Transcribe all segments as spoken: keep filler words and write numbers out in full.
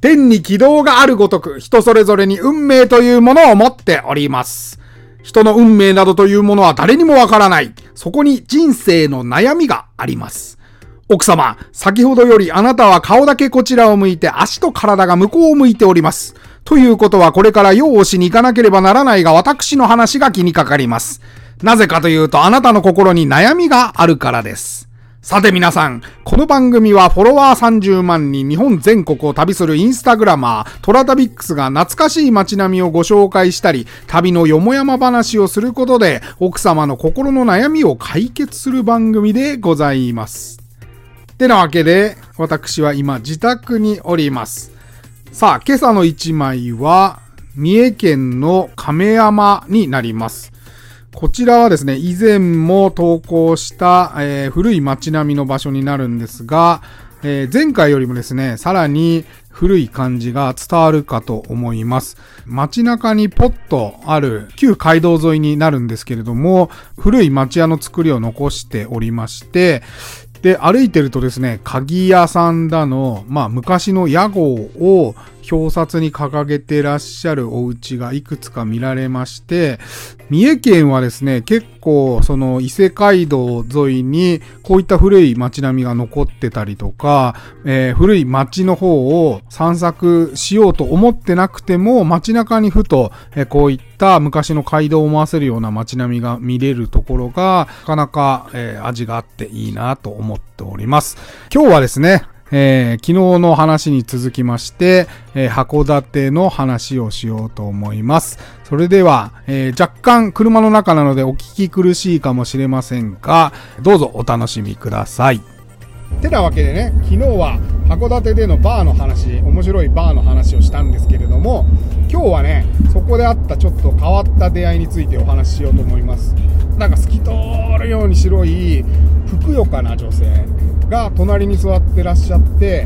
天に軌道があるごとく、人それぞれに運命というものを持っております。人の運命などというものは誰にもわからない。そこに人生の悩みがあります。奥様、先ほどよりあなたは顔だけこちらを向いて足と体が向こうを向いております。ということはこれから用をしに行かなければならないが私の話が気にかかります。なぜかというとあなたの心に悩みがあるからです。さて皆さん、この番組はフォロワーさんじゅうまんにん日本全国を旅するインスタグラマー、トラタビックスが懐かしい街並みをご紹介したり、旅のよもやま話をすることで、奥様の心の悩みを解決する番組でございます。てなわけで、私は今自宅におります。さあ、今朝の一枚は、三重県の亀山になります。こちらはですね、以前も投稿した、えー、古い街並みの場所になるんですが、えー、前回よりもですね、さらに古い感じが伝わるかと思います。街中にポッとある旧街道沿いになるんですけれども、古い町屋の作りを残しておりまして、で、歩いてるとですね、鍵屋さんだの、まあ昔の屋号を表札に掲げてらっしゃるお家がいくつか見られまして、三重県はですね、結構その伊勢街道沿いにこういった古い街並みが残ってたりとか、えー、古い街の方を散策しようと思ってなくても街中にふと、えー、こういった昔の街道を思わせるような街並みが見れるところがなかなか、えー、味があっていいなと思っております。今日はですね、えー、昨日の話に続きまして、えー、函館の話をしようと思います。それでは、えー、若干車の中なのでお聞き苦しいかもしれませんが、どうぞお楽しみください。てなわけでね、昨日は函館でのバーの話、面白いバーの話をしたんですけれども、今日はね、そこであったちょっと変わった出会いについてお話ししようと思います。なんか透き通るように白いふくよかな女性が隣に座ってらっしゃって、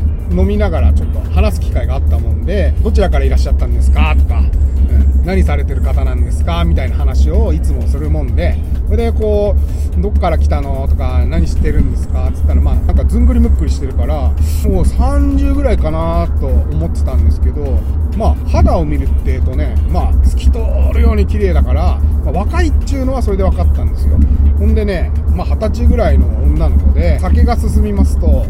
飲みながらちょっと話す機会があったもんで、どちらからいらっしゃったんですかとか、うん、何されてる方なんですかみたいな話をいつもするもんで、それでこう、どっから来たのとか、何してるんですかって言ったら、まあなんかずんぐりむっくりしてるから、もうさんじゅうぐらいかなと思ってたんですけど、まあ肌を見るっていうとね、まあ透き通るように綺麗だから、まあ、若いっていうのはそれで分かったんですよ。ほんでね、まあ二十歳ぐらいの女の子で、酒が進みますと、うん、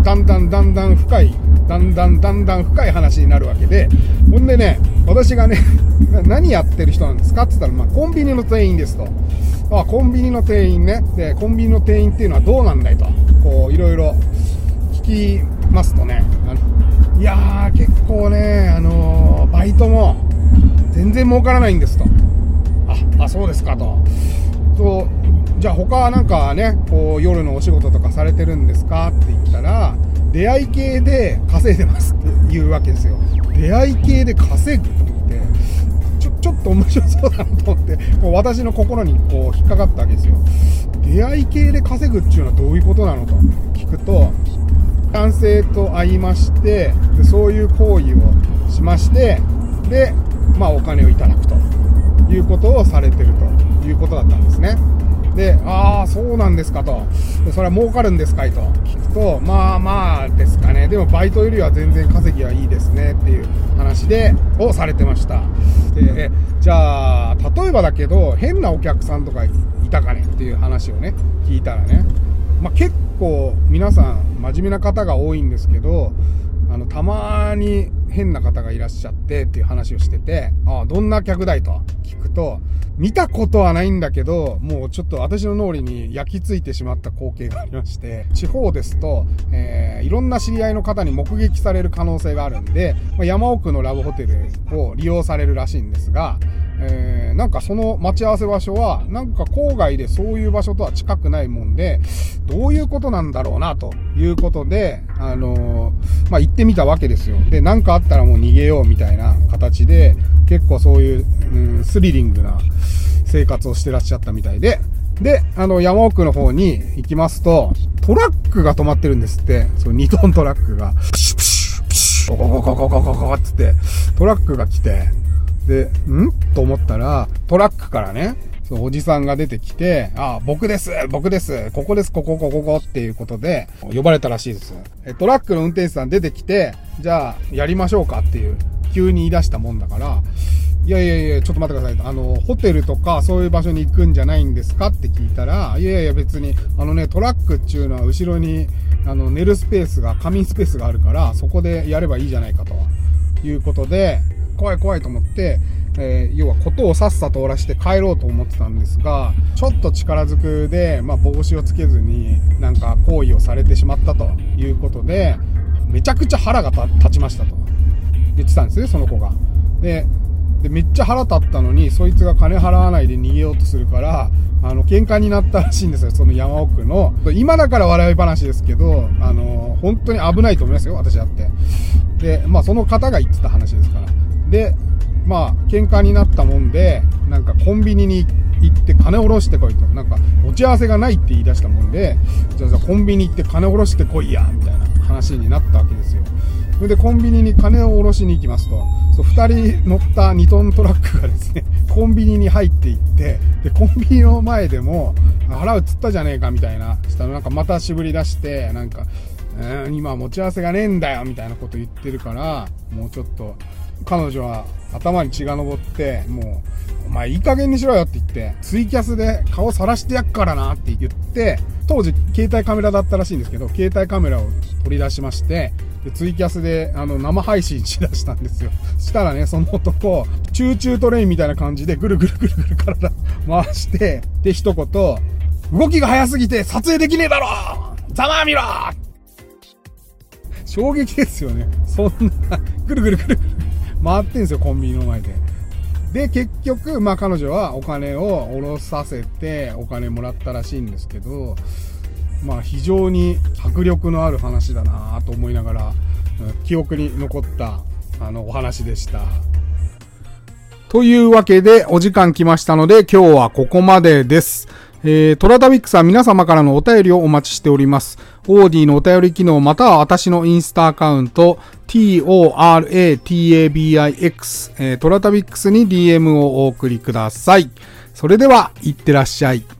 だんだんだんだん深い、だんだんだんだん深い話になるわけで、ほんでね、私がね、何やってる人なんですかって言ったら、まあコンビニの店員ですと。あ、コンビニの店員ね。で、コンビニの店員っていうのはどうなんだいと、こう、いろいろ聞きますとね、あのいやー、結構ね、あのー、バイトも全然儲からないんですと。あ、あ、そうですかと。そう、じゃあ他はなんかね、こう、夜のお仕事とかされてるんですかって言ったら、出会い系で稼いでますって言うわけですよ。出会い系で稼ぐって言って、ちょ、ちょっと面白そうだなと思って、こう私の心にこう引っかかったわけですよ。出会い系で稼ぐっていうのはどういうことなのと聞くと、男性と会いまして、でそういう行為をしまして、で、まあお金をいただくということをされてるということだったんですね。で、ああ、そうなんですかと。それは儲かるんですかいと聞くと、まあまあですかね。でもバイトよりは全然稼ぎはいいですねっていう話で、をされてました。で、じゃあ、例えばだけど、変なお客さんとかいたかねっていう話をね、聞いたらね、まあ結構皆さん真面目な方が多いんですけど、あの、たまに変な方がいらっしゃってっていう話をしてて、ああ、どんな客だいと聞くと、見たことはないんだけど、もうちょっと私の脳裏に焼き付いてしまった光景がありまして、地方ですと、えー、いろんな知り合いの方に目撃される可能性があるんで、まあ、山奥のラブホテルを利用されるらしいんですが、えー、なんかその待ち合わせ場所は、なんか郊外でそういう場所とは近くないもんで、どういうことなんだろうな、ということで、あのー、まあ、行ってみたわけですよ。で、なんかあったらもう逃げようみたいな形で、結構そういう、うん、スリリングな生活をしてらっしゃったみたいで、で、あの、山奥の方に行きますと、トラックが止まってるんですって。そう、にトントラックが、プシュプシュプシュ、ゴゴゴゴゴゴゴゴってって、トラックが来て、で、んと思ったら、トラックからね、 そう、おじさんが出てきて、あ、僕です僕ですここですここここここっていうことで、呼ばれたらしいです。トラックの運転手さん出てきて、じゃあ、やりましょうかっていう、急に言い出したもんだから、いやいやいや、ちょっと待ってくださいと。あの、ホテルとかそういう場所に行くんじゃないんですかって聞いたら、いやいやいや別に、あのね、トラックっていうのは後ろに、あの、寝るスペースが、仮眠スペースがあるから、そこでやればいいじゃないかということで、怖い怖いと思って、えー、要はことをさっさと終わらして帰ろうと思ってたんですが、ちょっと力ずくで、まあ、帽子をつけずになんか行為をされてしまったということで、めちゃくちゃ腹が立ちましたと言ってたんですね、その子が。で、でめっちゃ腹立ったのに、そいつが金払わないで逃げようとするから、あの、喧嘩になったらしいんですよ、その山奥の。今だから笑い話ですけど、あの、本当に危ないと思いますよ、私だって。で、まあ、その方が言ってた話ですから。で、まあ、喧嘩になったもんで、なんかコンビニに行って金下ろしてこいと。なんか、持ち合わせがないって言い出したもんで、じゃあコンビニ行って金下ろしてこいや、みたいな話になったわけですよ。それでコンビニに金を下ろしに行きますと、そう、二人乗ったにトントラックがですね、コンビニに入っていって、で、コンビニの前でも、払うっつったじゃねえか、みたいな。したらなんかまたしぶり出して、なんか、えー、今持ち合わせがねえんだよ、みたいなこと言ってるから、もうちょっと、彼女は頭に血が上って、もう、お前いい加減にしろよって言って、ツイキャスで顔さらしてやっからなって言って、当時携帯カメラだったらしいんですけど、携帯カメラを取り出しまして、でツイキャスであの生配信しだしたんですよ。したらね、その男、チューチュートレインみたいな感じでぐるぐるぐるぐる体回して、で一言、動きが速すぎて撮影できねえだろざまあみろ衝撃ですよね。そんな、ぐるぐるぐるぐる回ってんですよ、コンビニの前で。で、結局、まあ彼女はお金を下ろさせて、お金もらったらしいんですけど、まあ非常に迫力のある話だなと思いながら、記憶に残った、あの、お話でした。というわけで、お時間来ましたので、今日はここまでです。えー、トラタビックスは皆様からのお便りをお待ちしております。オーディのお便り機能または私のインスタアカウント トラタビックス、えー、トラタビックスに ディーエム をお送りください。それでは、いってらっしゃい。